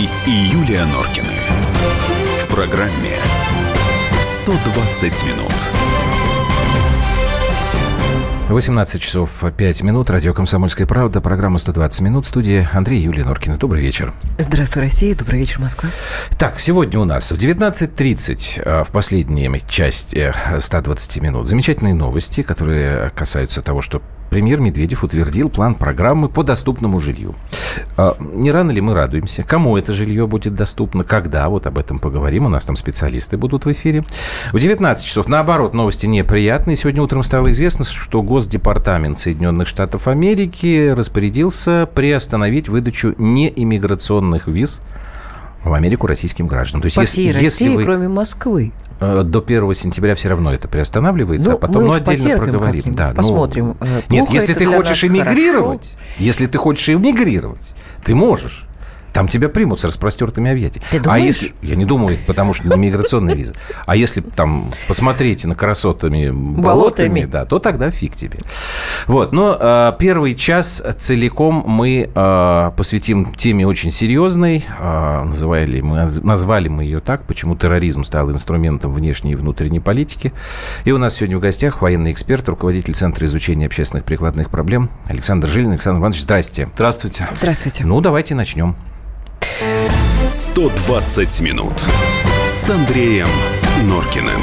и Юлия Норкины. В программе «120 минут». 18 часов 5 минут. Радио «Комсомольская правда». Программа «120 минут». В студии Андрей и Юлия Норкина. Добрый вечер. Здравствуй, Россия. Добрый вечер, Москва. Так, сегодня у нас в 19:30 в последней части 120 минут замечательные новости, которые касаются того, что премьер Медведев утвердил план программы по доступному жилью. Не рано ли мы радуемся? Кому это жилье будет доступно? Когда? Вот об этом поговорим. У нас там специалисты будут в эфире. В 19 часов, наоборот, новости неприятные. Сегодня утром стало известно, что Госдепартамент Соединенных Штатов Америки распорядился приостановить выдачу неиммиграционных виз в Америку российским гражданам. То есть, по всей России, кроме Москвы. До 1 сентября все равно это приостанавливается, а потом отдельно проговорим. Да, посмотрим. Нет, если ты хочешь эмигрировать, ты можешь. Там тебя примут с распростертыми объятиями. Ты думаешь? А если... Я не думаю, потому что не миграционная виза. А если там посмотреть на красотами болотами, да, то тогда фиг тебе. Вот. Но первый час целиком мы посвятим теме очень серьезной. Назвали мы ее так, почему терроризм стал инструментом внешней и внутренней политики. И у нас сегодня в гостях военный эксперт, руководитель Центра изучения общественных прикладных проблем Александр Жилин. Александр Иванович, здрасте. Здравствуйте. Здравствуйте. Ну, давайте начнем. 120 минут с Андреем Норкиным.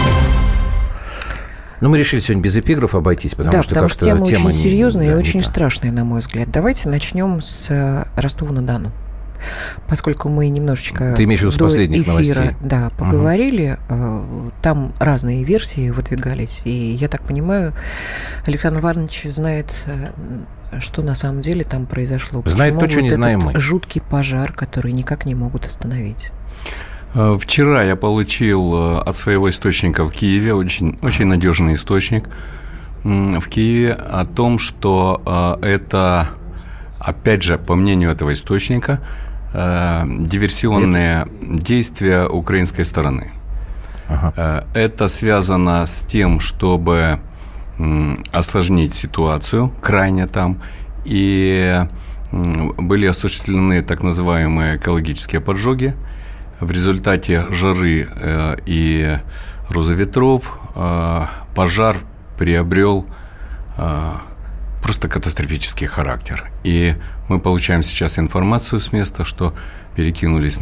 Ну, мы решили сегодня без эпиграфов обойтись, потому что кажется, тема очень не серьезная и очень страшная, на мой взгляд. Давайте начнем с Ростова-на-Дону. Поскольку мы немножечко Ты имеешь в виду с последних эфира, новостей? Да, поговорили, там разные версии выдвигались. И я так понимаю, Александр Иванович знает, что на самом деле там произошло. Знает то, что не знаем мы. Жуткий пожар, который никак не могут остановить. Вчера я получил от своего источника в Киеве, очень, очень надежный источник в Киеве, о том, что это, опять же, по мнению этого источника, диверсионные действия украинской стороны. Ага. Это связано с тем, чтобы осложнить ситуацию крайне там, и были осуществлены так называемые экологические поджоги. В результате жары и розоветров пожар приобрел просто катастрофический характер. И мы получаем сейчас информацию с места, что перекинулся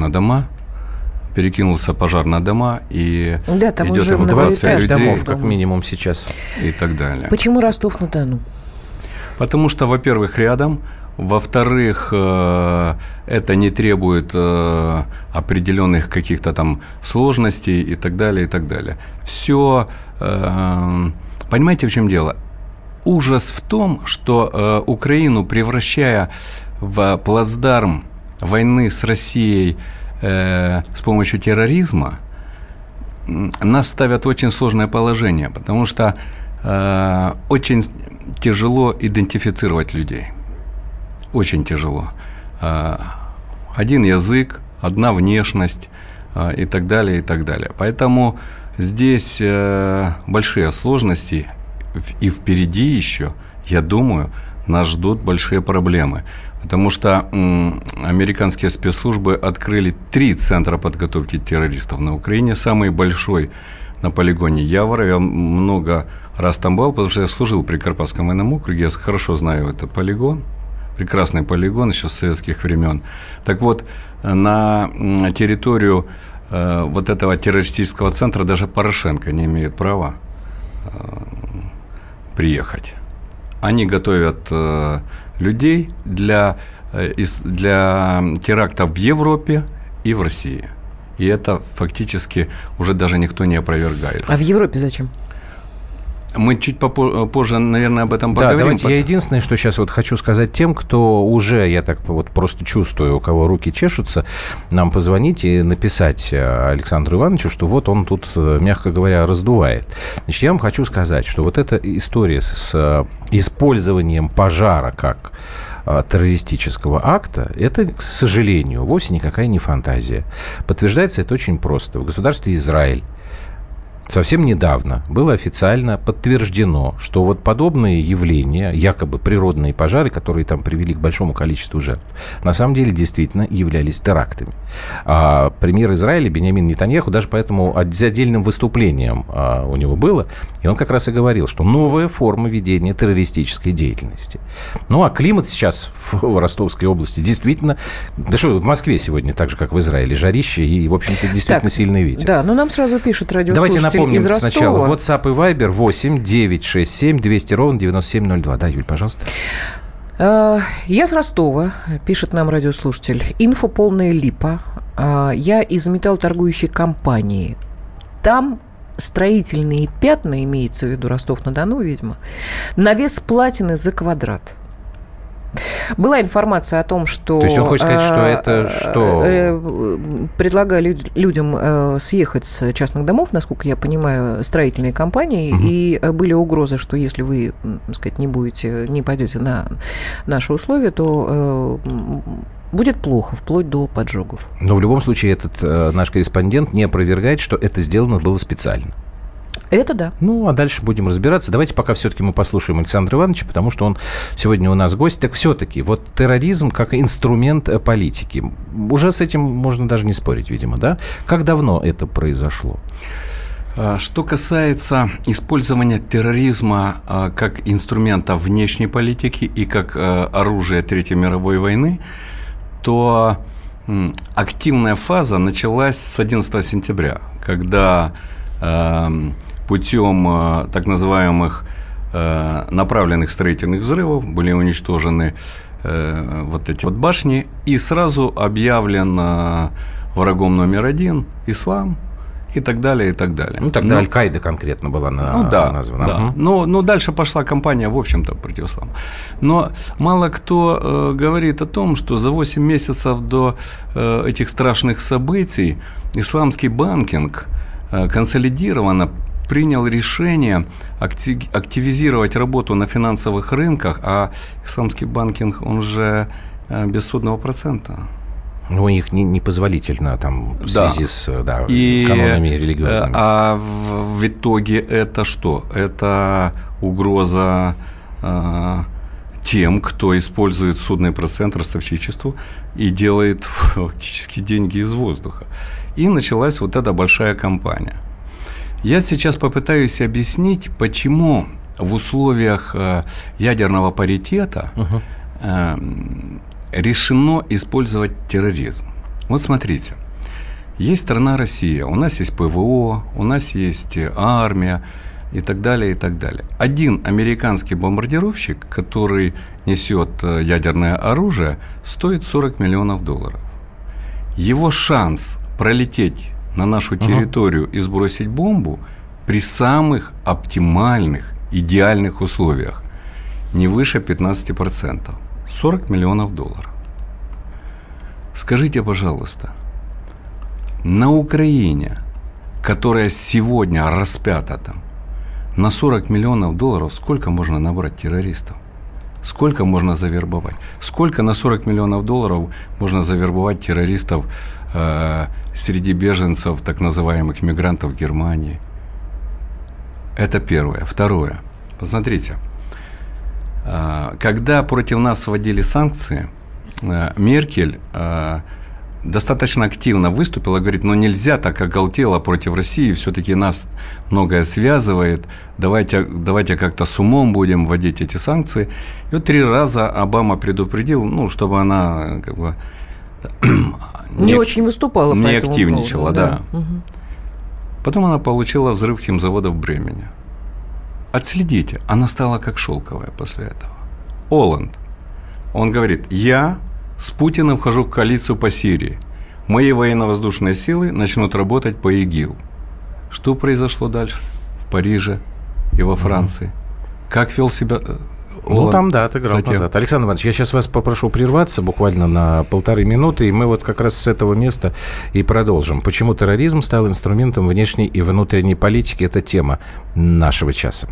пожар на дома, и да, там идет уже эвакуация людей. Домов, как минимум, сейчас. И так далее. Почему Ростов-на-Дону? Потому что, во-первых, рядом. Во-вторых, это не требует определенных каких-то там сложностей и так далее, и так далее. Все, понимаете, в чем дело? Ужас в том, что Украину, превращая в плацдарм войны с Россией с помощью терроризма, нас ставят в очень сложное положение, потому что очень тяжело идентифицировать людей. Очень тяжело. Один язык, одна внешность и так далее, и так далее. Поэтому здесь большие сложности, и впереди еще, я думаю, нас ждут большие проблемы. Потому что американские спецслужбы открыли 3 центра подготовки террористов на Украине. Самый большой на полигоне Яворов. Я много раз там был, потому что я служил при Карпатском военном округе. Я хорошо знаю этот полигон. Прекрасный полигон еще с советских времен. Так вот, на территорию вот этого террористического центра даже Порошенко не имеет права приехать. Они готовят людей для терактов в Европе и в России. И это фактически уже даже никто не опровергает. А в Европе зачем? Мы чуть позже, наверное, об этом поговорим. Да, давайте я единственное, что сейчас вот хочу сказать тем, кто уже, я так вот просто чувствую, у кого руки чешутся, нам позвонить и написать Александру Ивановичу, что вот он тут, мягко говоря, раздувает. Значит, я вам хочу сказать, что вот эта история с использованием пожара как террористического акта, это, к сожалению, вовсе никакая не фантазия. Подтверждается это очень просто. В государстве Израиль совсем недавно было официально подтверждено, что вот подобные явления, якобы природные пожары, которые там привели к большому количеству жертв, на самом деле действительно являлись терактами. Премьер Израиля Биньямин Нетаньяху даже поэтому отдельным выступлением у него было, и он как раз и говорил, что новая форма ведения террористической деятельности. Ну, а климат сейчас в Ростовской области действительно... Да что, в Москве сегодня, так же, как в Израиле, жарище и, в общем-то, действительно сильный ветер. Да, но нам сразу пишет радиослушатель Давайте напомним из Ростова. сначала. WhatsApp и Viber 8 967 200 ровно 9702. Да, Юль, пожалуйста. Я с Ростова, пишет нам радиослушатель. Инфо полная липа. Я из металлоторгующей компании. Там строительные пятна, имеется в виду Ростов-на-Дону, видимо, на вес платины за квадрат. Была информация о том, что... То есть он хочет сказать, что это что? Предлагали людям съехать с частных домов, насколько я понимаю, строительные компании, и были угрозы, что если вы, так сказать, не пойдете на наши условия, то будет плохо, вплоть до поджогов. Но в любом случае этот наш корреспондент не опровергает, что это сделано было специально. Это да. Ну, а дальше будем разбираться. Давайте пока все-таки мы послушаем Александра Ивановича, потому что он сегодня у нас гость. Так все-таки, вот терроризм как инструмент политики. Уже с этим можно даже не спорить, видимо, да? Как давно это произошло? Что касается использования терроризма как инструмента внешней политики и как оружия Третьей мировой войны, то активная фаза началась с 11 сентября, когда путем так называемых направленных строительных взрывов были уничтожены вот эти вот башни, и сразу объявлен врагом номер один ислам и так далее, и так далее. Ну, тогда Аль-Каида конкретно была названа. Да. Но дальше пошла кампания, в общем-то, против ислама. Но мало кто говорит о том, что за 8 месяцев до этих страшных событий исламский банкинг консолидированно принял решение активизировать работу на финансовых рынках, а исламский банкинг, он же без судного процента. Ну, у них непозволительно там в связи с канонами религиозными. А в итоге это что? Это угроза тем, кто использует судный процент ростовчичеству и делает фактически деньги из воздуха. И началась вот эта большая кампания. Я сейчас попытаюсь объяснить, почему в условиях ядерного паритета решено использовать терроризм. Вот смотрите, есть страна Россия, у нас есть ПВО, у нас есть армия и так далее, и так далее. Один американский бомбардировщик, который несет ядерное оружие, стоит $40 миллионов. Его шанс пролететь на нашу территорию и сбросить бомбу при самых оптимальных, идеальных условиях не выше 15%. $40 миллионов. Скажите, пожалуйста, на Украине, которая сегодня распята там, на $40 миллионов сколько можно набрать террористов? Сколько можно завербовать? Сколько на $40 миллионов можно завербовать террористов среди беженцев, так называемых мигрантов в Германии? Это первое. Второе. Посмотрите. Когда против нас вводили санкции, Меркель достаточно активно выступила, говорит, ну нельзя так оголтело против России, все-таки нас многое связывает, давайте как-то с умом будем вводить эти санкции. И вот 3 раза Обама предупредил, ну, чтобы она как бы не очень выступала, не активничала, да. Угу. Потом она получила взрыв химзавода в Бремени. Отследите, она стала как шелковая после этого. Оланд, он говорит, я с Путиным вхожу в коалицию по Сирии. Мои военно-воздушные силы начнут работать по ИГИЛ. Что произошло дальше в Париже и во Франции? Как вел себя Оланд? Ну, там, да, отыграл назад. Александр Иванович, я сейчас вас попрошу прерваться буквально на 1,5 минуты, и мы вот как раз с этого места и продолжим. Почему терроризм стал инструментом внешней и внутренней политики? Это тема нашего часа.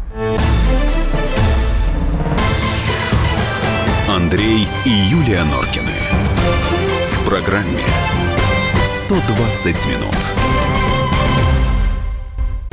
Андрей и Юлия Норкины. В программе «120 минут».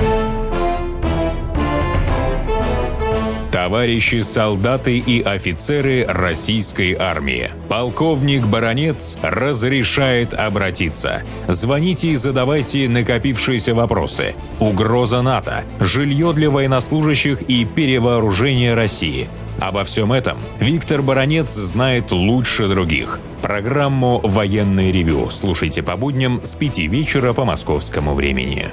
Товарищи солдаты и офицеры российской армии, полковник Баранец разрешает обратиться. Звоните и задавайте накопившиеся вопросы. Угроза НАТО, жилье для военнослужащих и перевооружение России. Обо всем этом Виктор Баранец знает лучше других. Программу «Военное ревю» слушайте по будням с 5 вечера по московскому времени.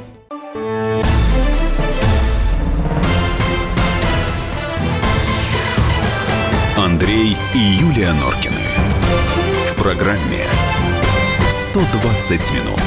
Андрей и Юлия Норкины. В программе «120 минут».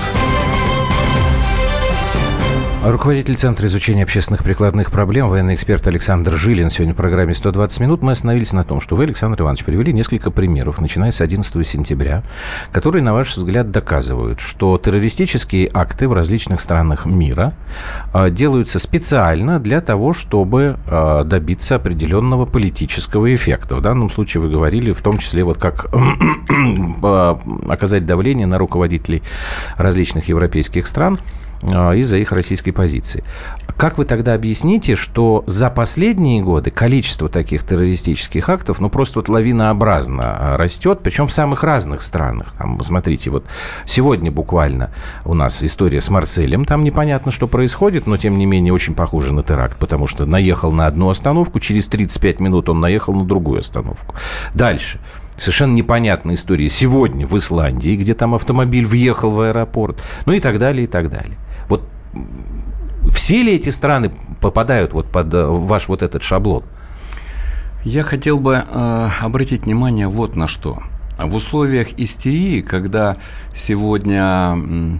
Руководитель Центра изучения общественных прикладных проблем, военный эксперт Александр Жилин сегодня в программе «120 минут». Мы остановились на том, что вы, Александр Иванович, привели несколько примеров, начиная с 11 сентября, которые, на ваш взгляд, доказывают, что террористические акты в различных странах мира делаются специально для того, чтобы добиться определенного политического эффекта. В данном случае вы говорили в том числе, вот как оказать давление на руководителей различных европейских стран из-за их российской позиции. Как вы тогда объясните, что за последние годы количество таких террористических актов, просто вот лавинообразно растет, причем в самых разных странах? Там, смотрите, вот сегодня буквально у нас история с Марселем, там непонятно, что происходит, но тем не менее очень похоже на теракт, потому что наехал на одну остановку, через 35 минут он наехал на другую остановку. Дальше. Совершенно непонятная история сегодня в Исландии, где там автомобиль въехал в аэропорт, и так далее, и так далее. Вот все ли эти страны попадают вот под ваш вот этот шаблон? Я хотел бы обратить внимание вот на что. В условиях истерии, когда сегодня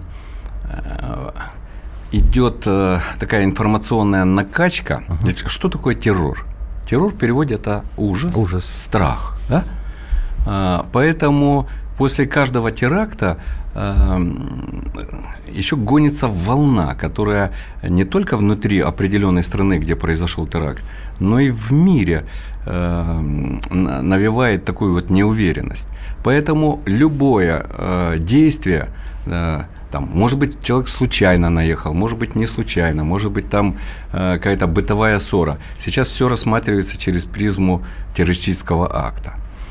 идет такая информационная накачка, что такое террор? Террор в переводе это ужас. Страх, да? Поэтому после каждого теракта еще гонится волна, которая не только внутри определенной страны, где произошел теракт, но и в мире навевает такую вот неуверенность. Поэтому любое действие, там, может быть, человек случайно наехал, может быть, не случайно, может быть, там какая-то бытовая ссора. Сейчас все рассматривается через призму террористического акта.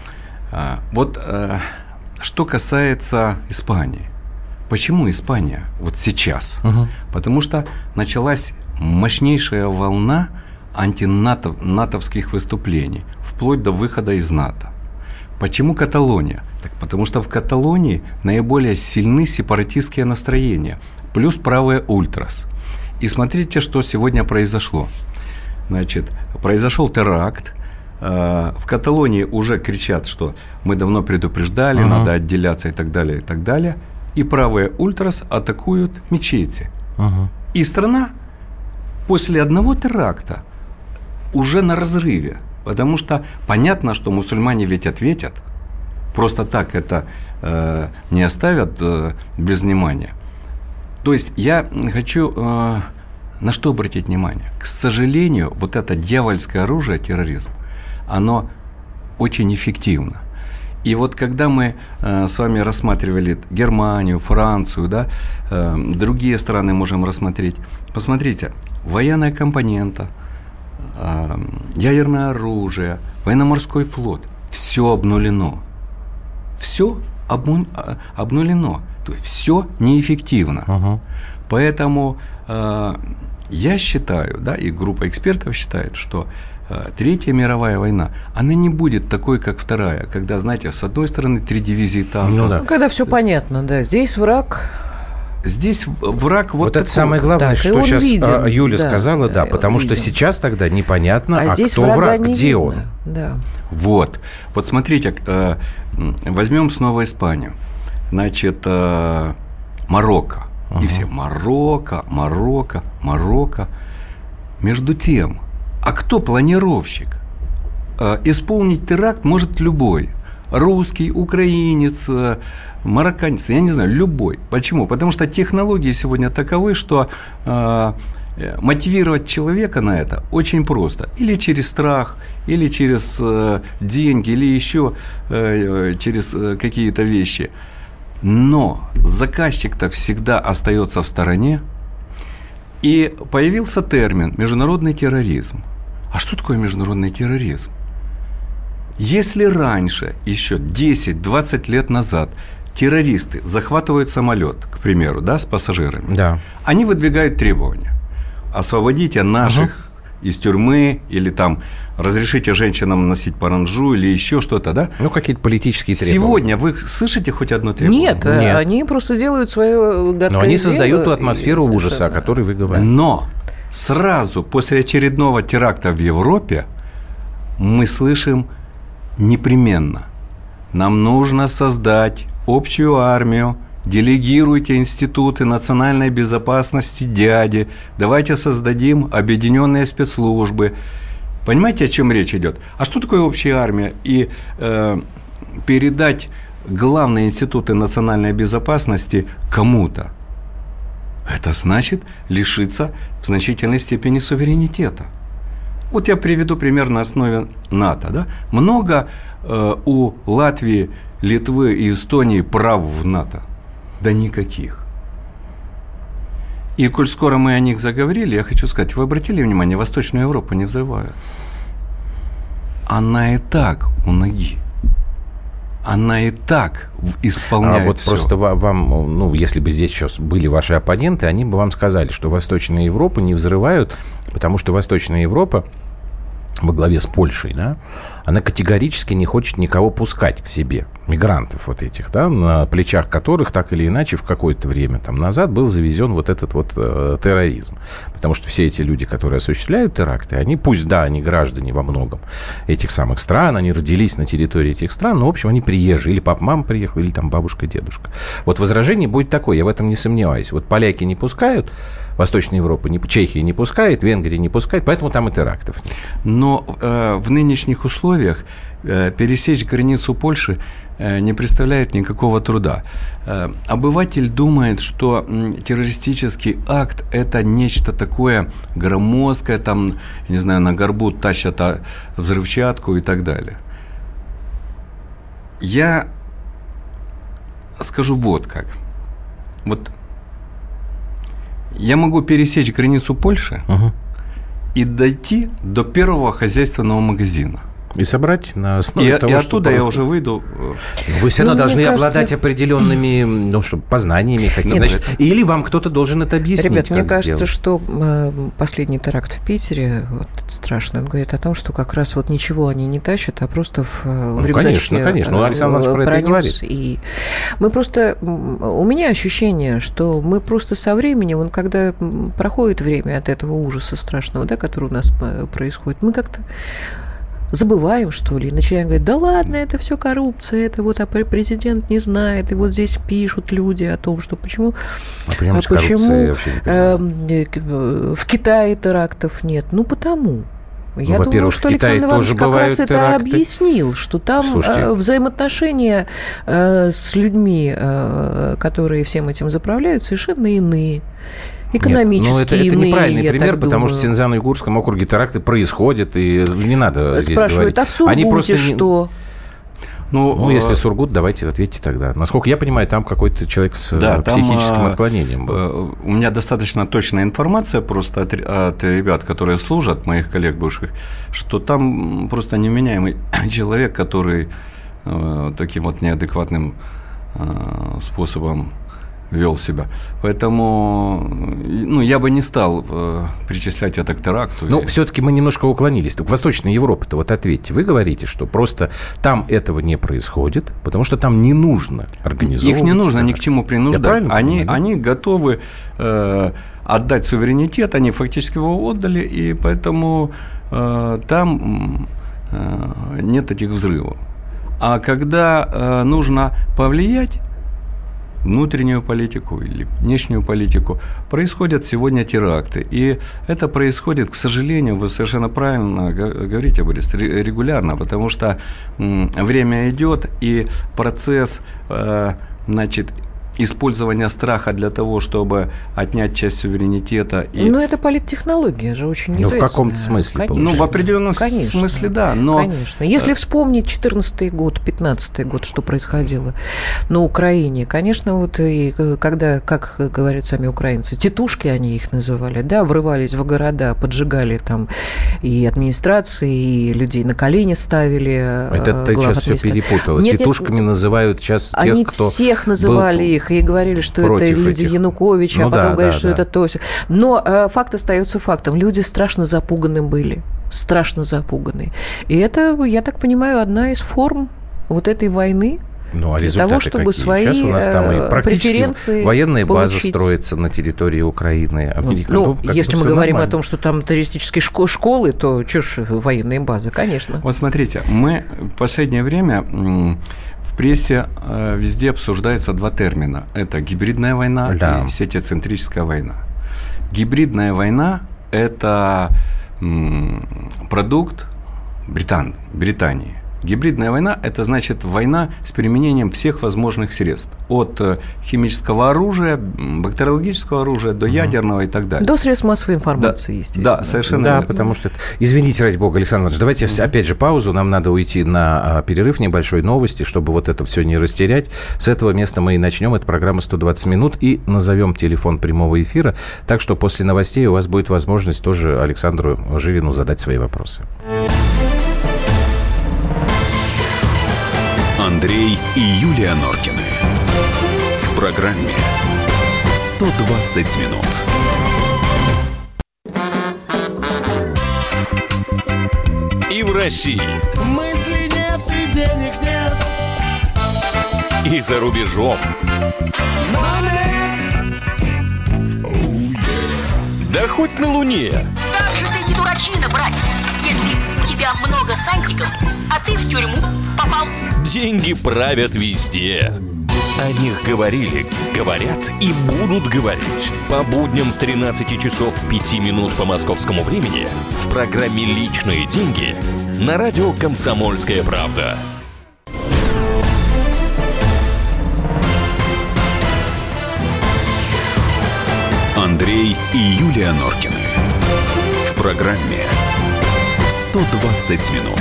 Вот что касается Испании. Почему Испания вот сейчас? Потому что началась мощнейшая волна антинатовских выступлений, вплоть до выхода из НАТО. Почему Каталония? Так потому что в Каталонии наиболее сильны сепаратистские настроения, плюс правые ультрас. И смотрите, что сегодня произошло. Значит, произошел теракт. В Каталонии уже кричат, что мы давно предупреждали, надо отделяться и так далее, и так далее. И правые ультрас атакуют мечети. И страна после одного теракта уже на разрыве. Потому что понятно, что мусульмане ведь ответят. Просто так это не оставят без внимания. То есть я хочу на что обратить внимание. К сожалению, вот это дьявольское оружие, терроризм, оно очень эффективно. И вот когда мы с вами рассматривали Германию, Францию, да, другие страны можем рассмотреть. Посмотрите, военная компонента, ядерное оружие, военно-морской флот, все обнулено. Все обнулено. То есть все неэффективно. Поэтому я считаю, да, и группа экспертов считает, что Третья мировая война, она не будет такой, как Вторая, когда, знаете, с одной стороны 3 дивизии танков. Когда все понятно, да. Здесь враг вот это самое главное, так, что сейчас виден, Юля сказала, да, потому что сейчас тогда непонятно, а кто враг, где видно. Он. Да. Вот смотрите, возьмем снова Испанию. Значит, Марокко. И все Марокко. Между тем, а кто планировщик? Исполнить теракт может любой. Русский, украинец, марокканец, я не знаю, любой. Почему? Потому что технологии сегодня таковы, что мотивировать человека на это очень просто. Или через страх, или через деньги, или еще через какие-то вещи. Но заказчик-то всегда остается в стороне. И появился термин «международный терроризм». А что такое международный терроризм? Если раньше, еще 10-20 лет назад, террористы захватывают самолет, к примеру, да, с пассажирами, Да. они выдвигают требования. Освободите наших из тюрьмы, или там разрешите женщинам носить паранджу, или еще что-то, да? Ну, какие-то политические требования. Сегодня вы слышите хоть одно требование? Нет, они просто делают свое гадкое Но они создают дело, ту атмосферу ужаса, о которой вы говорите. Но сразу после очередного теракта в Европе мы слышим непременно: нам нужно создать общую армию, делегируйте институты национальной безопасности дяди, давайте создадим объединенные спецслужбы. Понимаете, о чем речь идет? А что такое общая армия? И передать главные институты национальной безопасности кому-то, это значит лишиться в значительной степени суверенитета. Вот я приведу пример на основе НАТО. Да? Много у Латвии, Литвы и Эстонии прав в НАТО? Да никаких. И коль скоро мы о них заговорили, я хочу сказать, вы обратили внимание, Восточную Европу не взрывают. Она и так у ноги. Она и так исполняет А вот всё. просто вам, ну, если бы здесь сейчас были ваши оппоненты, они бы вам сказали, что Восточная Европа не взрывают, потому что Восточная Европа во главе с Польшей, да, она категорически не хочет никого пускать к себе, мигрантов вот этих, да, на плечах которых так или иначе в какое-то время там назад был завезен вот этот вот терроризм. Потому что все эти люди, которые осуществляют теракты, они, пусть, да, они граждане во многом этих самых стран, они родились на территории этих стран, но, в общем, они приезжие. Или папа-мама приехала, или там бабушка-дедушка. Вот возражение будет такое, я в этом не сомневаюсь. Вот поляки не пускают, Восточная Европа, Чехия не пускает, Венгрия не пускает, поэтому там и терактов нет. Но в нынешних условиях пересечь границу Польши не представляет никакого труда. Обыватель думает, что террористический акт – это нечто такое громоздкое, там, я не знаю, на горбу тащат взрывчатку и так далее. Я скажу вот как. Вот я могу пересечь границу Польши и дойти до первого хозяйственного магазина. И собрать на основе того, и что... оттуда я уже выйду. Вы все равно Ну, должны мне кажется... обладать определенными, ну, что, познаниями какими-то. Нет, Значит, или вам кто-то должен это объяснить. Ребят, мне как кажется, сделать. что последний теракт в Питере, вот, страшный, он говорит о том, что как раз вот ничего они не тащат, а просто в рюкзачке конечно. Ну, Александр Иванович про это и говорит. И мы просто... У меня ощущение, что мы просто со временем, вон, когда проходит время от этого ужаса страшного, да, который у нас происходит, мы как-то забываем, что ли, и начинаем говорить: да ладно, это все коррупция, это вот президент не знает, и вот здесь пишут люди о том, что почему в Китае терактов нет. Ну, потому. Я думаю, что Александр Иванович как раз это теракты. Объяснил, что там взаимоотношения с людьми, которые всем этим заправляют, совершенно иные. Экономические. Нет, это неправильный пример, потому думаю. что в Синьцзяно-Уйгурском округе теракты происходят, и не надо здесь спрашивают, говорить. а в Сургуте что? Ну, если Сургут, давайте ответьте тогда. Насколько я понимаю, там какой-то человек с психическим отклонением был. У меня достаточно точная информация просто от ребят, которые служат, моих коллег бывших, что там просто невменяемый человек, который таким вот неадекватным способом вел себя. Поэтому, ну, я бы не стал причислять это к теракту. Ну, все-таки мы немножко уклонились. Так Восточная Европа-то, вот ответьте. Вы говорите, что просто там этого не происходит, потому что там не нужно организовывать. Их не нужно ни к чему принуждать. Они готовы отдать суверенитет, они фактически его отдали, и поэтому там нет этих взрывов. А когда нужно повлиять внутреннюю политику или внешнюю политику, происходят сегодня теракты. И это происходит, к сожалению, вы совершенно правильно говорите, Борис, регулярно, потому что время идет, и процесс, значит, использование страха для того, чтобы отнять часть суверенитета. Но это политтехнология же очень известная. В каком-то смысле, конечно. В определенном смысле, да. Но... Конечно. Если вспомнить 2014 год, 2015 год, что происходило на Украине, конечно, вот и когда, как говорят сами украинцы, тетушки они их называли, да, врывались в города, поджигали там и администрации, и людей на колени ставили. Это ты сейчас все перепутала. Нет, тетушками называют сейчас тех, они кто всех называли их и говорили, что это люди этих. Януковича, а потом говорят, что это то. Но факт остается фактом. Люди страшно запуганы были. Страшно запуганы. И это, я так понимаю, одна из форм вот этой войны. Ну, а для результаты того, чтобы какие? свои Сейчас у нас там и практически военная база получить. строится на территории Украины. Если мы говорим о том, что там террористические школы, то что ж военные базы, конечно. Вот смотрите, мы в последнее время в прессе везде обсуждаются два термина. Это гибридная война и сетецентрическая война. Гибридная война – это продукт Британии. Гибридная война – это значит война с применением всех возможных средств. От химического оружия, бактериологического оружия до ядерного и так далее. До средств массовой информации, естественно. Да, совершенно верно. Да, потому что... Извините, ради бога, Александр Иванович, давайте опять же паузу. Нам надо уйти на перерыв небольшой новости, чтобы вот это все не растерять. С этого места мы и начнем. Это программа «120 минут». И назовем телефон прямого эфира. Так что после новостей у вас будет возможность тоже Александру Жилину задать свои вопросы. Андрей и Юлия Норкины. В программе «120 минут». И в России. Мысли нет и денег нет. И за рубежом. Да хоть на Луне. Как же ты не дурачина, братец, если у тебя много сантиков, а ты в тюрьму попал. Деньги правят везде. О них говорили, говорят и будут говорить. По будням с 13 часов 5 минут по московскому времени в программе «Личные деньги» на радио «Комсомольская правда». Андрей и Юлия Норкины. В программе «120 минут».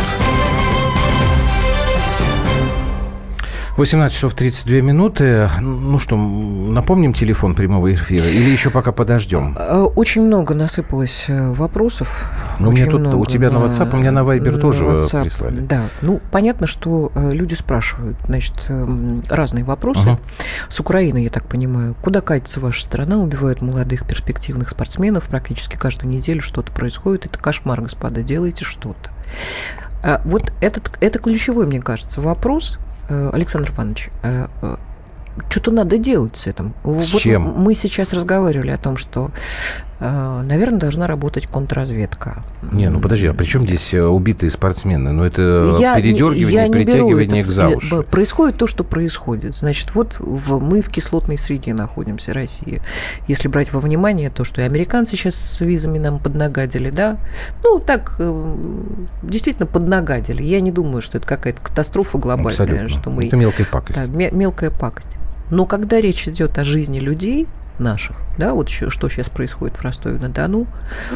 18 часов 32 минуты. Ну что, напомним телефон прямого эфира или еще пока подождем? Очень много насыпалось вопросов. Ну, мне тут у тебя на WhatsApp, у меня на Viber тоже прислали. Да, ну, понятно, что люди спрашивают, значит, разные вопросы. Ага. С Украины, я так понимаю, куда катится ваша страна, убивают молодых перспективных спортсменов, практически каждую неделю что-то происходит, это кошмар, господа, делайте что-то. Вот это ключевой, мне кажется, вопрос. Александр Иванович, что-то надо делать с этим. С чем? Мы сейчас разговаривали о том, что, наверное, должна работать контрразведка. Не, ну подожди, а при чем здесь убитые спортсмены? Ну это передергивание, притягивание за уши. Происходит то, что происходит. Значит, вот мы в кислотной среде находимся, Россия. Если брать во внимание то, что и американцы сейчас с визами нам поднагадили, да, ну так, действительно поднагадили. Я не думаю, что это какая-то катастрофа глобальная. Абсолютно. Что мы... Это мелкая пакость. Да, мелкая пакость. Но когда речь идет о жизни людей наших, да, вот что сейчас происходит в Ростове-на-Дону,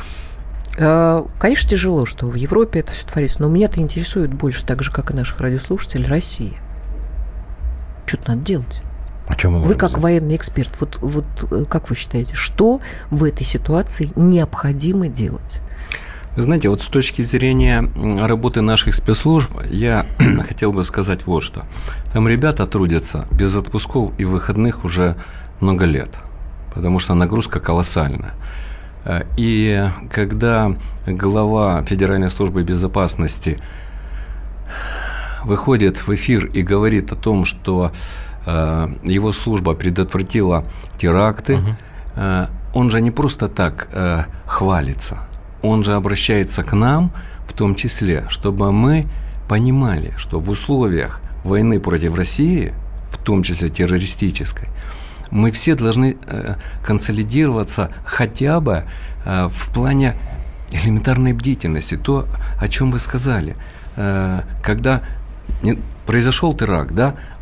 конечно, тяжело, что в Европе это все творится, но меня-то интересует больше, так же, как и наших радиослушателей, Россия. Что-то надо делать. А чем мы можем вы как сделать? военный эксперт, вот как вы считаете, что в этой ситуации необходимо делать? Вы знаете, вот с точки зрения работы наших спецслужб, я хотел бы сказать вот что. Там ребята трудятся без отпусков и выходных уже много лет, потому что нагрузка колоссальная. И когда глава Федеральной службы безопасности выходит в эфир и говорит о том, что его служба предотвратила теракты, он же не просто так хвалится. Он же обращается к нам, в том числе, чтобы мы понимали, что в условиях войны против России, в том числе террористической, мы все должны консолидироваться хотя бы в плане элементарной бдительности. То, о чем вы сказали. Когда произошел теракт, да,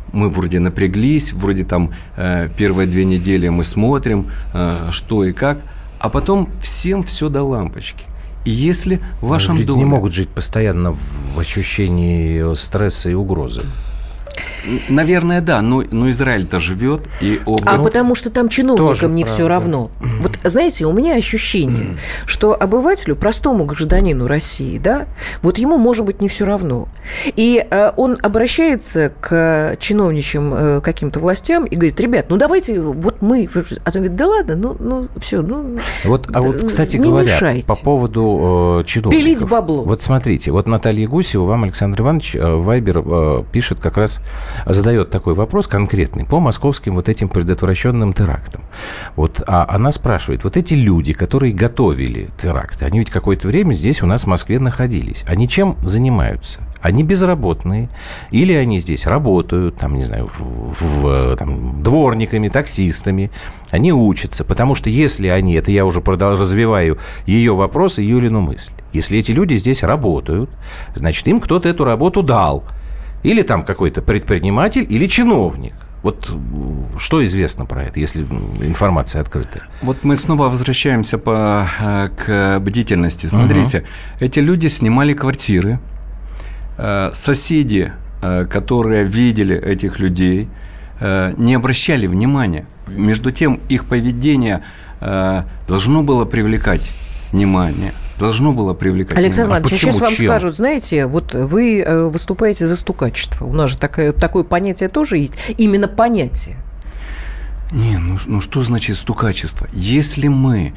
мы вроде напряглись, вроде там первые 2 недели мы смотрим, что и как, а потом всем все до лампочки. И если в вашем люди доме... не могут жить постоянно в ощущении стресса и угрозы. Наверное, да, но Израиль-то живет, и А потому что там чиновникам не правда. все равно. Вот, знаете, у меня ощущение, что обывателю, простому гражданину России, да, вот ему, может быть, не все равно. И он обращается к чиновничьим каким-то властям и говорит: ребят, ну давайте, вот мы... А он говорит: да ладно, ну все, ну... Вот, кстати не говоря, мешайте. по поводу чиновников. Пилить бабло. Вот смотрите, вот Наталья Гусева вам, Александр Иванович, Вайбер пишет как раз, задает такой вопрос конкретный по московским вот этим предотвращенным терактам. Вот, а она спрашивает, вот эти люди, которые готовили теракты, они ведь какое-то время здесь у нас в Москве находились. Они чем занимаются? Они безработные, или они здесь работают, там, не знаю, там, дворниками, таксистами, они учатся, потому что если они, это я уже развиваю ее вопрос и Юлину мысль, если эти люди здесь работают, значит, им кто-то эту работу дал, или там какой-то предприниматель, или чиновник. Вот что известно про это, если информация открытая? Вот мы снова возвращаемся к бдительности. Смотрите, эти люди снимали квартиры, соседи, которые видели этих людей, не обращали внимания. Между тем, их поведение должно было привлекать внимание. Александр Иванович, сейчас вам скажут, знаете, вот вы выступаете за стукачество. У нас же такое понятие тоже есть. Именно понятие. Не, ну что значит стукачество? Если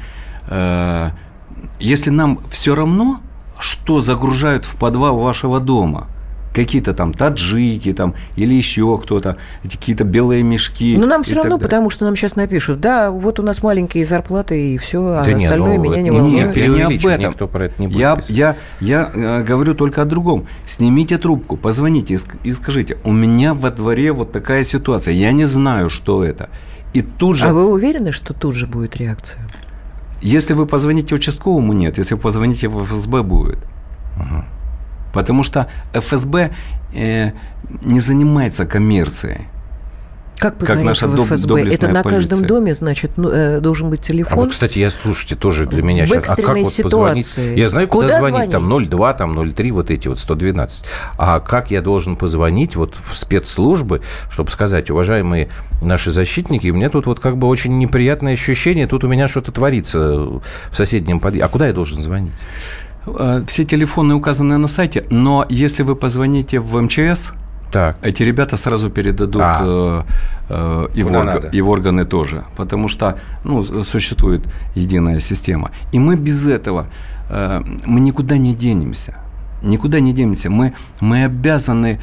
нам все равно, что загружают в подвал вашего дома, какие-то там таджики там, или еще кто-то, какие-то белые мешки. Но нам все равно, потому что нам сейчас напишут: да, вот у нас маленькие зарплаты и все, а да остальное меня не волнует. Нет, я не об этом. Никто про это не будет писать. Я говорю только о другом. Снимите трубку, позвоните и скажите: у меня во дворе вот такая ситуация, я не знаю, что это. И тут же... А вы уверены, что тут же будет реакция? Если вы позвоните участковому, нет. Если вы позвоните в ФСБ, будет. Потому что ФСБ не занимается коммерцией. Как позвонить наша в ФСБ? Это на каждом полиция. доме, значит, должен быть телефон. А вот, кстати, слушайте, тоже для меня в сейчас. А как экстренной вот ситуации. позвонить? Я знаю, куда звонить. Там 02, там 03, вот эти вот 112. А как я должен позвонить вот в спецслужбы, чтобы сказать: уважаемые наши защитники, у меня тут вот как бы очень неприятное ощущение, тут у меня что-то творится в соседнем подъезде. А куда я должен звонить? Все телефоны указаны на сайте, но если вы позвоните в МЧС, так, эти ребята сразу передадут и в органы тоже, потому что существует единая система. И мы без этого мы никуда не денемся. Никуда не денемся. Мы обязаны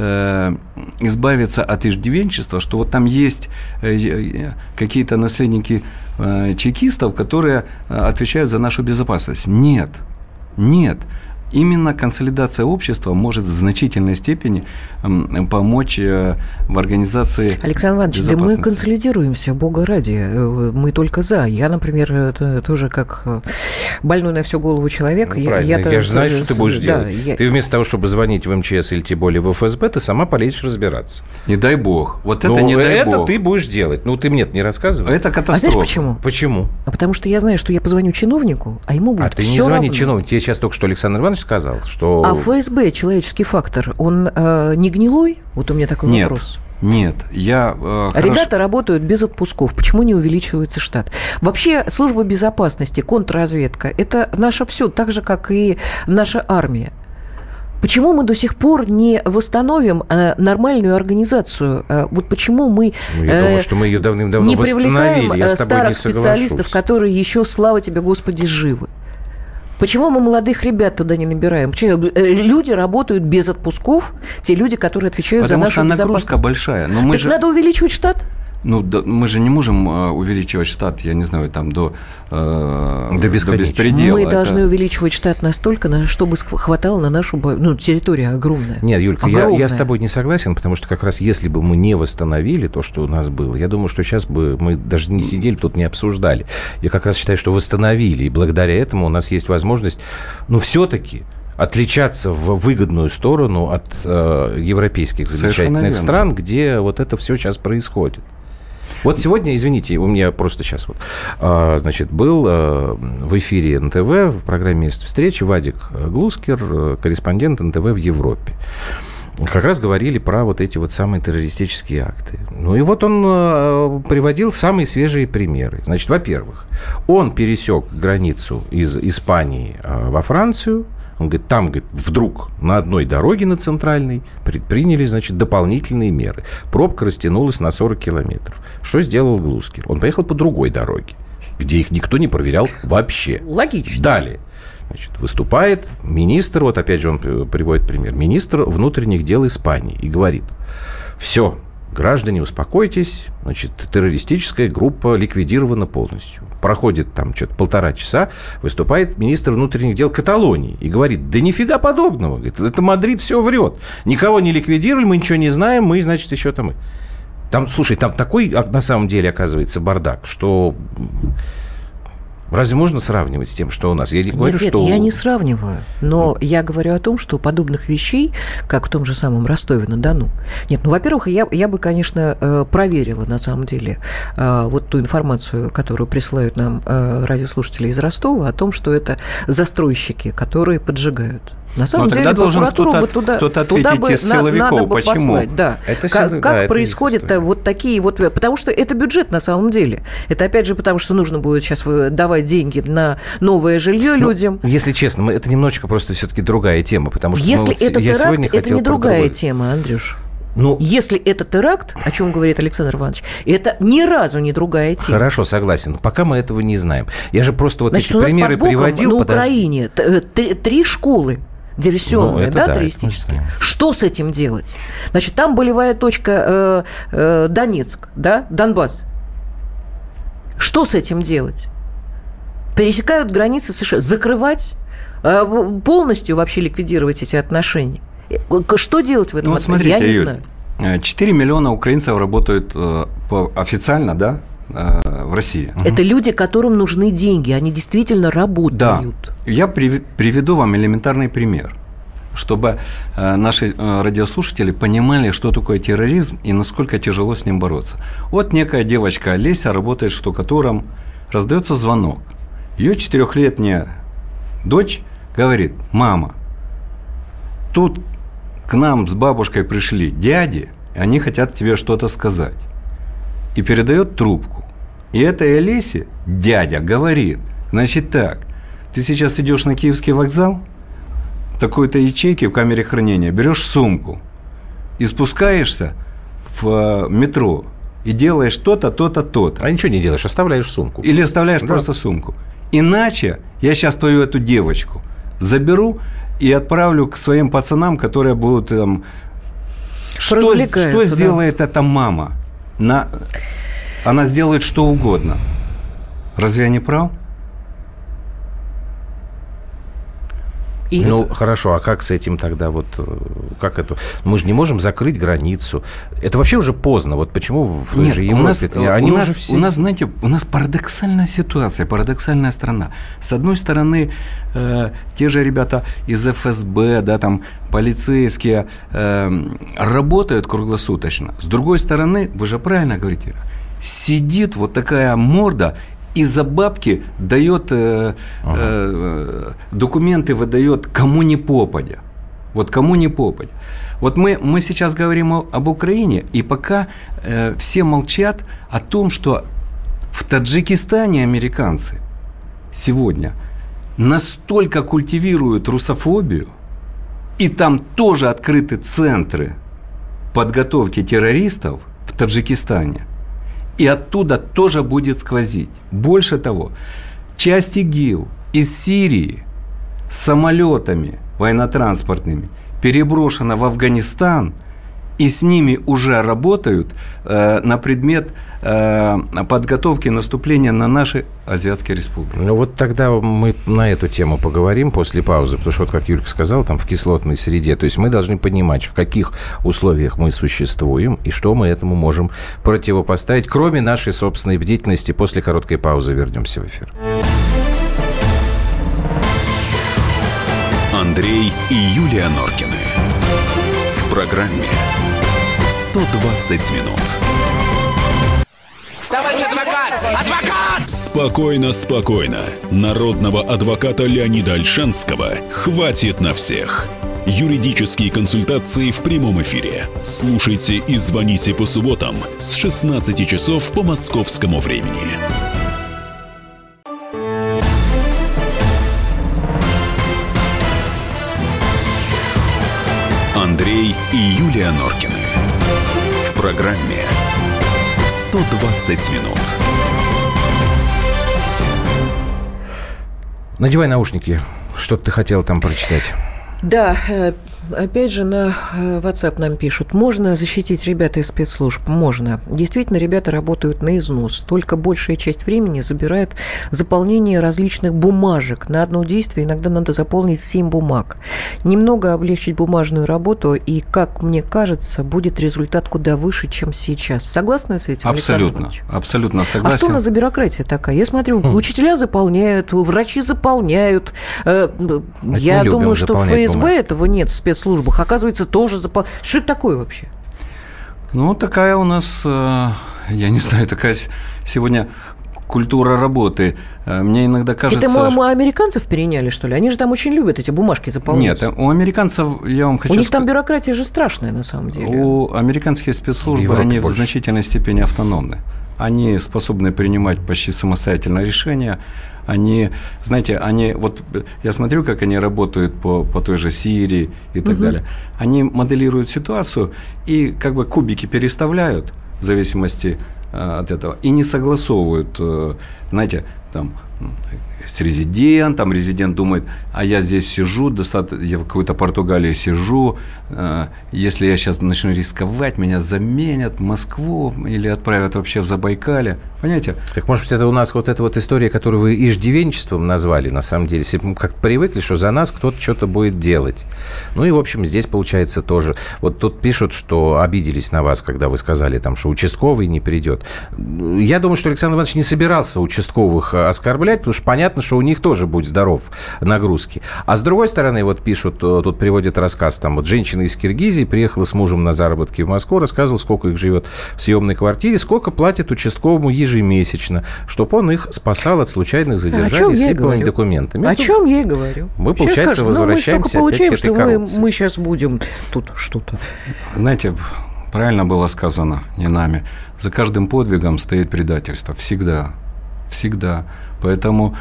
избавиться от иждивенчества, что вот там есть какие-то наследники чекистов, которые отвечают за нашу безопасность. Нет. Именно консолидация общества может в значительной степени помочь в организации Александр Иванович, да мы консолидируемся, Бога ради. Мы только за. Я, например, тоже как больной на всю голову человек. Я же знаю, что ты будешь делать. Ты вместо того, чтобы звонить в МЧС или тем более в ФСБ, ты сама полезешь разбираться. Не дай бог. Вот это не дай бог. Это ты будешь делать. Ты мне-то не рассказывай. Это катастрофа. А знаешь почему? Почему? Потому что я знаю, что я позвоню чиновнику, а ему будет все равно. А ты не звони чиновнику. Тебе сейчас только что Александр Иванович сказал, что... А ФСБ, человеческий фактор, он не гнилой? Вот у меня такой вопрос. Нет, Ребята работают без отпусков. Почему не увеличивается штат? Вообще, служба безопасности, контрразведка – это наше все, так же, как и наша армия. Почему мы до сих пор не восстановим нормальную организацию? Вот почему мы, я думаю, что мы ее давным-давно не восстановили. привлекаем старых специалистов, которые еще, слава тебе, Господи, живы? Почему мы молодых ребят туда не набираем? Почему? Люди работают без отпусков, те люди, которые отвечают за нашу безопасность. Потому что нагрузка большая. Но так надо увеличивать штат? Мы же не можем увеличивать штат, я не знаю, там до беспредела. Мы должны увеличивать штат настолько, чтобы хватало на нашу... территория огромная. Нет, Юлька, я с тобой не согласен, потому что как раз если бы мы не восстановили то, что у нас было, я думаю, что сейчас бы мы даже не сидели тут, не обсуждали. Я как раз считаю, что восстановили, и благодаря этому у нас есть возможность, все-таки отличаться в выгодную сторону от европейских замечательных стран, где вот это все сейчас происходит. Вот сегодня, извините, у меня просто сейчас вот, значит, был в эфире НТВ в программе «Место встречи» Вадик Глускер, корреспондент НТВ в Европе. Как раз говорили про вот эти вот самые террористические акты. Ну и вот он приводил самые свежие примеры. Значит, во-первых, он пересек границу из Испании во Францию. Он говорит, там, говорит, вдруг на одной дороге, на центральной, предприняли, значит, дополнительные меры. Пробка растянулась на 40 километров. Что сделал Глускер? Он поехал по другой дороге, где их никто не проверял вообще. Логично. Далее. Значит, выступает министр, вот опять же он приводит пример, министр внутренних дел Испании и говорит, все, граждане, успокойтесь, значит, террористическая группа ликвидирована полностью. Проходит там что-то 1,5 часа, выступает министр внутренних дел Каталонии и говорит, да нифига подобного, говорит, это Мадрид все врет, никого не ликвидировали, мы ничего не знаем, мы, значит, еще там... Там, слушай, там такой, на самом деле, оказывается, бардак, что... Разве можно сравнивать с тем, что у нас? Я не говорю, нет, что... я не сравниваю. Но я говорю о том, что подобных вещей, как в том же самом Ростове-на-Дону... Нет, ну, во-первых, я бы, конечно, проверила, на самом деле, вот ту информацию, которую присылают нам радиослушатели из Ростова, о том, что это застройщики, которые поджигают. На самом деле, должен кто-то ответить из силовиков, почему? Послать, да. Как происходят вот такие вот... Потому что это бюджет на самом деле. Это, опять же, потому что нужно будет сейчас давать деньги на новое жилье людям. Если честно, это немножечко просто все-таки другая тема, потому что... Если это теракт, это не другая тема, Андрюш. Если это теракт, о чем говорит Александр Иванович, это ни разу не другая тема. Хорошо, согласен. Пока мы этого не знаем. Я же просто вот эти примеры приводил. На Украине 3 школы диверсионные, террористические. Что с этим делать? Значит, там болевая точка Донецк, да, Донбасс. Что с этим делать? Пересекают границы США. Закрывать? Полностью вообще ликвидировать эти отношения? Что делать в этом? Смотрите, я не Юль, знаю. 4 миллиона украинцев работают официально, да, в России. Это люди, которым нужны деньги. Они действительно работают. Да. Я приведу вам элементарный пример, чтобы наши радиослушатели понимали, что такое терроризм и насколько тяжело с ним бороться. Вот некая девочка Олеся работает штукатуром, раздается звонок. Ее 4-летняя дочь говорит, мама, тут к нам с бабушкой пришли дяди, и они хотят тебе что-то сказать. И передает трубку. И этой Олесе дядя говорит, значит так, ты сейчас идешь на Киевский вокзал, в такой-то ячейке в камере хранения, берешь сумку и спускаешься в метро и делаешь то-то, то-то, то-то. А ничего не делаешь, оставляешь сумку. Или оставляешь просто сумку. Иначе я сейчас твою эту девочку заберу и отправлю к своим пацанам, которые будут там... Что сделает эта мама? Она сделает что угодно. Разве я не прав? Хорошо, а как с этим тогда вот, как это? Мы же не можем закрыть границу. Это вообще уже поздно. Вот почему в той же Европе... У нас, знаете, у нас парадоксальная ситуация, парадоксальная страна. С одной стороны, те же ребята из ФСБ, да, там, полицейские работают круглосуточно. С другой стороны, вы же правильно говорите, сидит вот такая морда и за бабки дает документы, выдает кому ни попадя. Вот кому ни попадя. Вот мы сейчас говорим об Украине, и пока все молчат о том, что в Таджикистане американцы сегодня настолько культивируют русофобию, и там тоже открыты центры подготовки террористов в Таджикистане, и оттуда тоже будет сквозить. Больше того, часть ИГИЛ из Сирии самолетами военно-транспортными переброшена в Афганистан, и с ними уже работают на предмет подготовки наступления на наши азиатские республики. Ну вот тогда мы на эту тему поговорим после паузы, потому что, вот как Юлька сказала, там в кислотной среде, то есть мы должны понимать, в каких условиях мы существуем и что мы этому можем противопоставить, кроме нашей собственной бдительности. После короткой паузы вернемся в эфир. Андрей и Юлия Норкины. В программе «120 минут». Товарищ адвокат! Адвокат! Спокойно, спокойно. Народного адвоката Леонида Ольшанского хватит на всех. Юридические консультации в прямом эфире. Слушайте и звоните по субботам с 16 часов по московскому времени. Андрей и Юлия Норкины. В программе «120 минут». Надевай наушники. Что-то ты хотел там прочитать. Да, опять же на WhatsApp нам пишут, можно защитить ребят из спецслужб? Можно. Действительно, ребята работают на износ. Только большая часть времени забирает заполнение различных бумажек. На одно действие иногда надо заполнить 7 бумаг. Немного облегчить бумажную работу, и, как мне кажется, будет результат куда выше, чем сейчас. Согласны с этим, Абсолютно, абсолютно согласен. А что у нас за бюрократия такая? Я смотрю, учителя заполняют, врачи заполняют. Я думаю, что в ФСБ этого нет в спецслужбах. Оказывается, тоже заполняют. Что это такое вообще? Ну, такая у нас, я не знаю, такая сегодня культура работы. Мне иногда кажется... Это мы американцев переняли, что ли? Они же там очень любят эти бумажки заполнять. Нет, у американцев, я вам хочу сказать... У них там бюрократия же страшная, на самом деле. У американских спецслужб, они в значительной степени автономны. Они способны принимать почти самостоятельно решения. Они, знаете, вот я смотрю, как они работают по той же Сирии и так далее. Они моделируют ситуацию и как бы кубики переставляют в зависимости от этого и не согласовывают, знаете, там с резидентом, резидент думает, а я здесь сижу, я в какой-то Португалии сижу, если я сейчас начну рисковать, меня заменят в Москву или отправят вообще в Забайкалье, понимаете? Так, может быть, это у нас вот эта вот история, которую вы иждивенчеством назвали, на самом деле, все как-то привыкли, что за нас кто-то что-то будет делать. Ну и, в общем, здесь получается тоже. Вот тут пишут, что обиделись на вас, когда вы сказали, там, что участковый не придет. Я думаю, что Александр Иванович не собирался участковых оскорблять, потому что понятно, что у них тоже, будь здоров, нагрузки. А с другой стороны, вот пишут, тут приводят рассказ, там, вот женщина из Киргизии приехала с мужем на заработки в Москву, рассказывала, сколько их живет в съемной квартире, сколько платит участковому ежемесячно, чтобы он их спасал от случайных задержаний с липовыми документами. О чем я и говорю. Мы, получается, возвращаемся опять к этой коррупции. Мы сейчас будем тут что-то. Знаете, правильно было сказано, не нами, за каждым подвигом стоит предательство. Всегда. Всегда. Поэтому,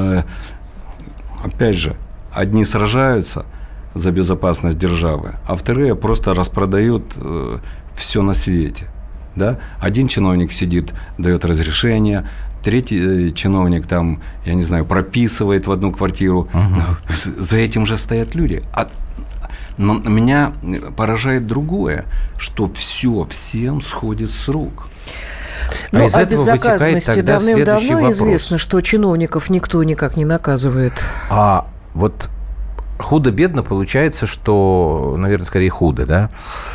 опять же, одни сражаются за безопасность державы, а вторые просто распродают все на свете. Да? Один чиновник сидит, дает разрешение, третий чиновник там, я не знаю, прописывает в одну квартиру. За этим же стоят люди. Но меня поражает другое, что все всем сходит с рук. Ну, о безнаказанности давным-давно известно, что чиновников никто никак не наказывает. А вот худо-бедно получается, что, наверное, скорее худо, да?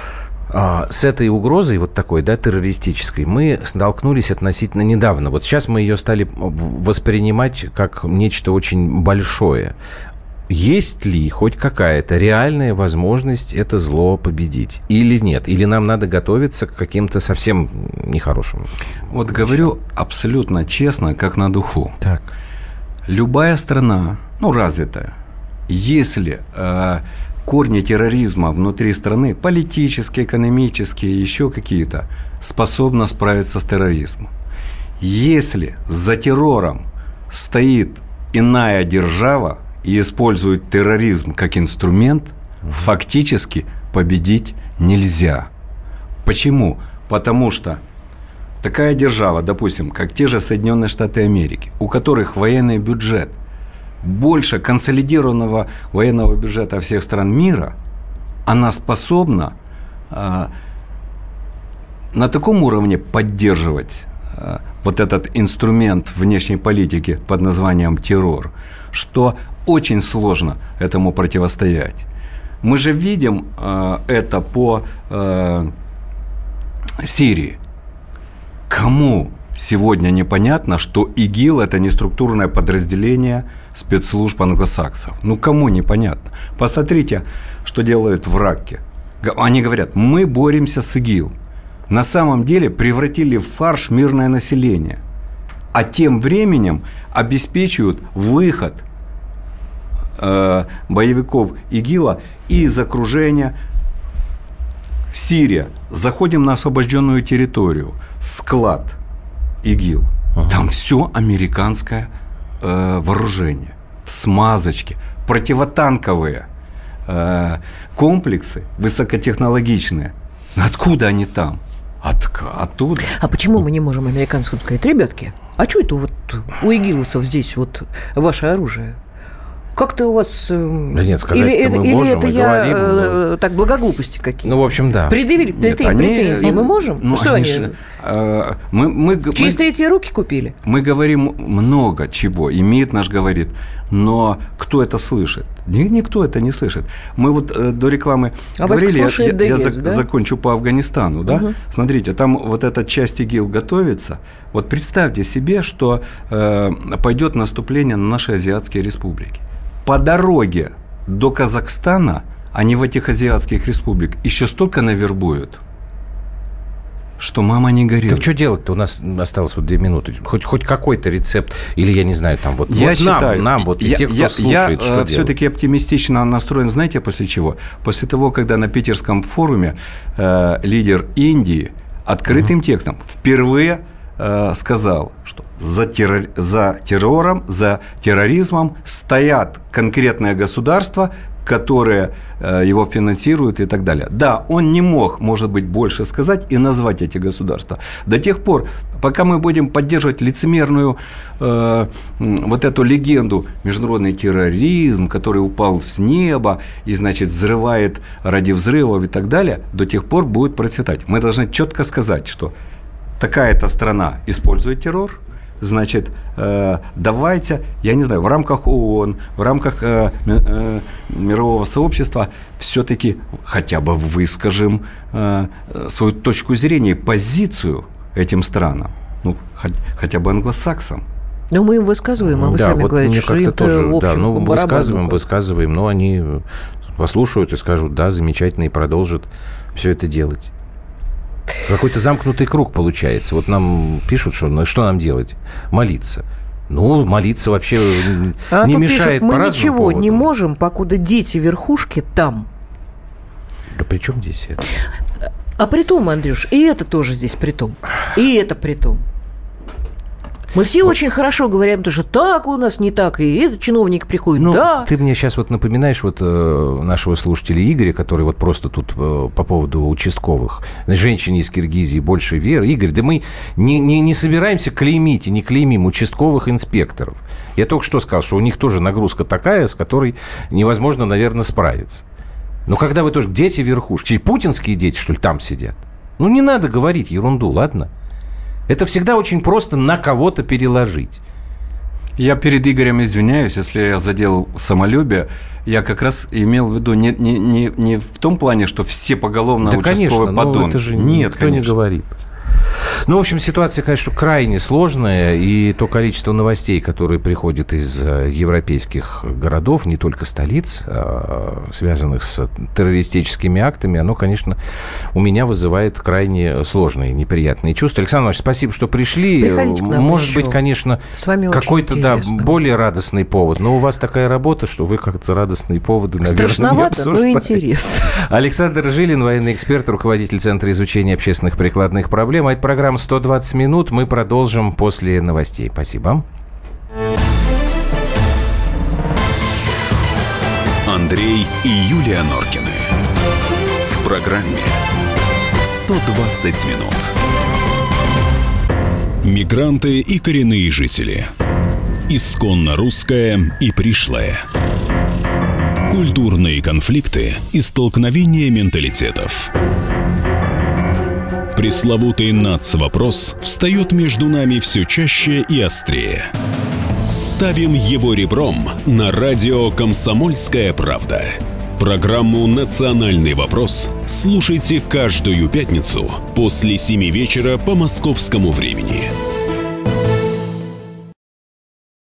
С этой угрозой, вот такой, да, террористической, мы столкнулись относительно недавно. Вот сейчас мы ее стали воспринимать как нечто очень большое. Есть ли хоть какая-то реальная возможность это зло победить? Или нет? Или нам надо готовиться к каким-то совсем нехорошим? Вот говорю абсолютно честно, как на духу. Так. Любая страна, развитая, если корни терроризма внутри страны, политические, экономические, еще какие-то, способна справиться с терроризмом. Если за террором стоит иная держава, и используют терроризм как инструмент, фактически победить нельзя. Почему? Потому что такая держава, допустим, как те же Соединенные Штаты Америки, у которых военный бюджет больше консолидированного военного бюджета всех стран мира, она способна на таком уровне поддерживать вот этот инструмент внешней политики под названием террор, что очень сложно этому противостоять. Мы же видим это по Сирии. Кому сегодня непонятно, что ИГИЛ – это не структурное подразделение спецслужб англосаксов. Ну, кому непонятно? Посмотрите, что делают в Ракке. Они говорят, мы боремся с ИГИЛ. На самом деле превратили в фарш мирное население. А тем временем обеспечивают выход боевиков ИГИЛа из окружения. Сирия. Заходим на освобожденную территорию. Склад ИГИЛ. Там все американское вооружение. Смазочки. Противотанковые комплексы высокотехнологичные. Откуда они там? Оттуда. А почему мы не можем американцам сказать, ребятки, а что это вот у игиловцев здесь вот ваше оружие? Как-то у вас... Да нет, сказать-то мы можем это и я говорим. так благоглупости какие? Ну, в общем, да. Предъявили претензии мы можем? Ну, что они? Через третьи руки купили? Мы говорим много чего, и МИД наш говорит, но кто это слышит? Никто это не слышит. Мы вот до рекламы говорили, я закончу по Афганистану, да? Угу. Смотрите, там вот эта часть ИГИЛ готовится. Вот представьте себе, что пойдет наступление на наши азиатские республики. По дороге до Казахстана, они в этих азиатских республиках еще столько навербуют, что мама не горела. Так что делать-то? У нас осталось вот 2 минуты. Хоть какой-то рецепт, или я не знаю, там вот, я вот считаю, нам вот, и те, кто слушает, что делать? Все-таки оптимистично настроен, знаете, после чего? После того, когда на Питерском форуме лидер Индии открытым текстом впервые сказал, что за террором, за терроризмом стоят конкретные государства, которые его финансируют и так далее. Да, он не мог, может быть, больше сказать и назвать эти государства. До тех пор, пока мы будем поддерживать лицемерную вот эту легенду, международный терроризм, который упал с неба и, значит, взрывает ради взрывов и так далее, до тех пор будет процветать. Мы должны четко сказать, что такая-то страна использует террор, значит, давайте, я не знаю, в рамках ООН, в рамках мирового сообщества все-таки хотя бы выскажем свою точку зрения, позицию этим странам, ну, хотя бы англосаксам. Но мы им высказываем, а вы сами говорите, что им тоже, в общем, ну, высказываем, но они послушают и скажут, да, замечательно, и продолжат все это делать. Какой-то замкнутый круг получается. Вот нам пишут, что нам делать? Молиться. Ну, молиться вообще не мешает по разному мы ничего поводу. Не можем, покуда дети верхушки там. Да при чем здесь это? А притом, Андрюш, и это тоже здесь притом. И это притом. Мы все очень хорошо говорим, что так у нас не так, и этот чиновник приходит, ну, да. Ты мне сейчас вот напоминаешь вот нашего слушателя Игоря, который вот просто тут по поводу участковых. Женщине из Киргизии больше веры. Игорь, да мы не собираемся клеймить и не клеймим участковых инспекторов. Я только что сказал, что у них тоже нагрузка такая, с которой невозможно, наверное, справиться. Но когда вы тоже дети верхушки, путинские дети, что ли, там сидят? Ну, не надо говорить ерунду, ладно? Это всегда очень просто на кого-то переложить. Я перед Игорем извиняюсь, если я задел самолюбие. Я как раз имел в виду не в том плане, что все поголовно да, участковые подонки. Ну, это же нет, никто не говорит. Ну, в общем, ситуация, конечно, крайне сложная, и то количество новостей, которые приходят из европейских городов, не только столиц, связанных с террористическими актами, оно, конечно, у меня вызывает крайне сложные, неприятные чувства. Александр Иванович, спасибо, что пришли. Может быть, конечно, какой-то более радостный повод, но у вас такая работа, что вы как-то радостные поводы, наверное, страшновато, не обсуждаете. Но интересно. Александр Жилин, военный эксперт, руководитель Центра изучения общественных прикладных проблем. А это программа «120 минут». Мы продолжим после новостей. Спасибо. Андрей и Юлия Норкины. В программе «120 минут». Мигранты и коренные жители. Исконно русское и пришлое. Культурные конфликты и столкновения менталитетов. Пресловутый НАЦ-вопрос встает между нами все чаще и острее. Ставим его ребром на радио «Комсомольская правда». Программу «Национальный вопрос» слушайте каждую пятницу после 7 вечера по московскому времени.